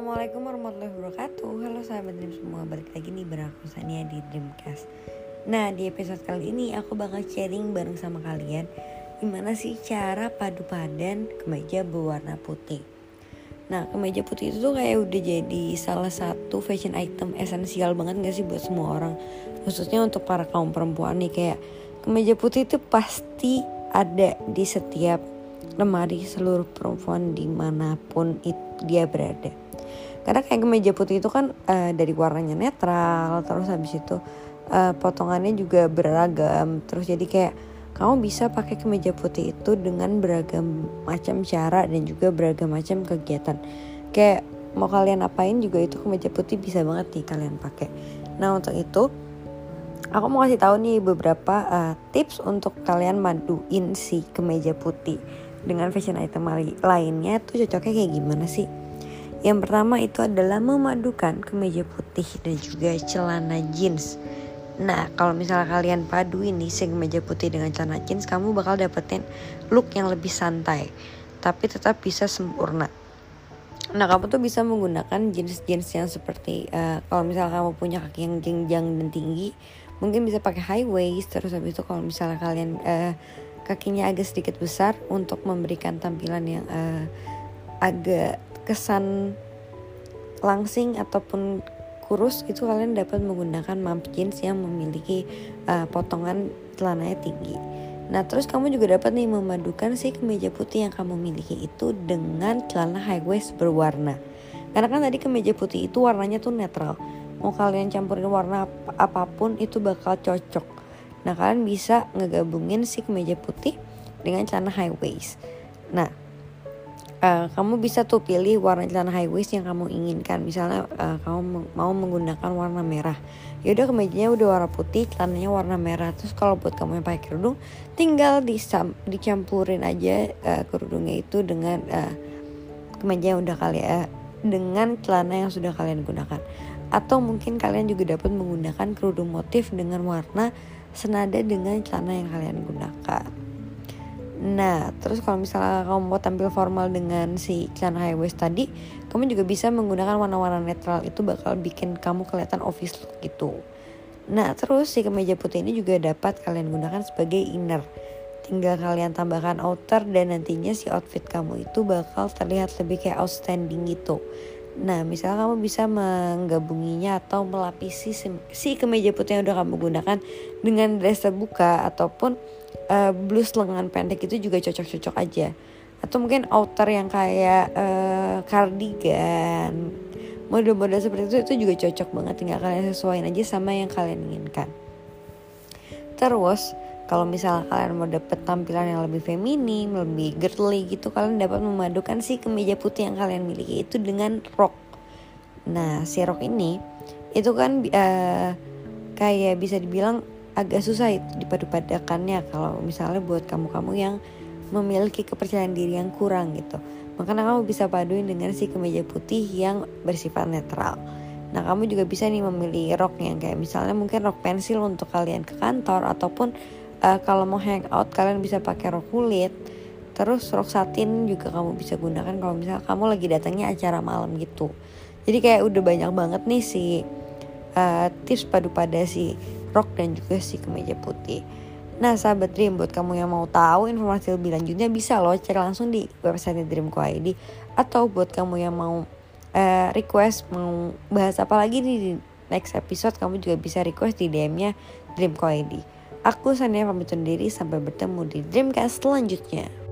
Assalamualaikum warahmatullahi wabarakatuh. Halo sahabat Dream semua, balik lagi nih bareng aku Sania di Dreamcast. Nah, di episode kali ini aku bakal sharing bareng sama kalian gimana sih cara padu padan kemeja berwarna putih. Nah, kemeja putih itu tuh kayak udah jadi salah satu fashion item esensial banget gak sih buat semua orang, khususnya untuk para kaum perempuan nih. Kayak kemeja putih itu pasti ada di setiap lemari seluruh perempuan dimanapun dia berada. Karena kayak kemeja putih itu kan dari warnanya netral, terus habis itu potongannya juga beragam. Terus jadi kayak kamu bisa pakai kemeja putih itu dengan beragam macam cara dan juga beragam macam kegiatan. Kayak mau kalian apain juga itu kemeja putih bisa banget nih kalian pakai. Nah, untuk itu aku mau kasih tahu nih beberapa tips untuk kalian maduin si kemeja putih dengan fashion item lainnya tuh cocoknya kayak gimana sih. Yang pertama itu adalah memadukan kemeja putih dan juga celana jeans. Nah, kalau misalnya kalian paduin nih si kemeja putih dengan celana jeans, kamu bakal dapetin look yang lebih santai tapi tetap bisa sempurna. Nah, kamu tuh bisa menggunakan jeans-jeans yang seperti kalau misalnya kamu punya kaki yang jenjang dan tinggi, mungkin bisa pakai high waist. Terus habis itu kalau misalnya kalian kakinya agak sedikit besar untuk memberikan tampilan yang agak kesan langsing ataupun kurus, itu kalian dapat menggunakan mom jeans yang memiliki potongan celananya tinggi. Nah, terus kamu juga dapat nih memadukan si kemeja putih yang kamu miliki itu dengan celana high waist berwarna. Karena kan tadi kemeja putih itu warnanya tuh netral. Mau kalian campurin warna apapun itu bakal cocok. Nah, kalian bisa ngegabungin si kemeja putih dengan celana high waist. Nah, kamu bisa tuh pilih warna celana high waist yang kamu inginkan. Misalnya kamu mau menggunakan warna merah, yaudah kemejanya udah warna putih, celananya warna merah. Terus kalau buat kamu yang pakai kerudung, tinggal dicampurin aja kerudungnya itu dengan kemeja yang udah dengan celana yang sudah kalian gunakan. Atau mungkin kalian juga dapat menggunakan kerudung motif dengan warna senada dengan celana yang kalian gunakan. Nah, terus kalau misalnya kamu mau tampil formal dengan si celana high waist tadi, kamu juga bisa menggunakan warna-warna netral. Itu bakal bikin kamu kelihatan office look gitu. Nah, terus si kemeja putih ini juga dapat kalian gunakan sebagai inner. Tinggal kalian tambahkan outer dan nantinya si outfit kamu itu bakal terlihat lebih kayak outstanding gitu. Nah, misalnya kamu bisa menggabunginya atau melapisi si kemeja putih yang udah kamu gunakan dengan dress terbuka ataupun blus lengan pendek, itu juga cocok-cocok aja. Atau mungkin outer yang kayak cardigan, model-model seperti itu juga cocok banget. Tinggal kalian sesuaiin aja sama yang kalian inginkan. Terus kalau misalnya kalian mau dapet tampilan yang lebih feminim, lebih girly gitu, kalian dapat memadukan si kemeja putih yang kalian miliki itu dengan rok. Nah, si rok ini itu kan kayak bisa dibilang agak susah itu dipadu-padakannya kalau misalnya buat kamu-kamu yang memiliki kepercayaan diri yang kurang gitu. Makanya kamu bisa paduin dengan si kemeja putih yang bersifat netral. Nah, kamu juga bisa nih memilih rok yang kayak misalnya mungkin rok pensil untuk kalian ke kantor, ataupun kalau mau hangout kalian bisa pakai rok kulit. Terus rok satin juga kamu bisa gunakan kalau misalnya kamu lagi datangnya acara malam gitu. Jadi kayak udah banyak banget nih si tips padu pada si rok dan juga si kemeja putih. Nah, sahabat Dream, buat kamu yang mau tahu informasi lebih lanjutnya bisa loh cek langsung di website Dream.co.id. Atau buat kamu yang mau request mau bahas apa lagi di next episode, kamu juga bisa request di DM-nya Dream.co.id. Aku Sania pamit undur diri, sampai bertemu di Dreamcast selanjutnya.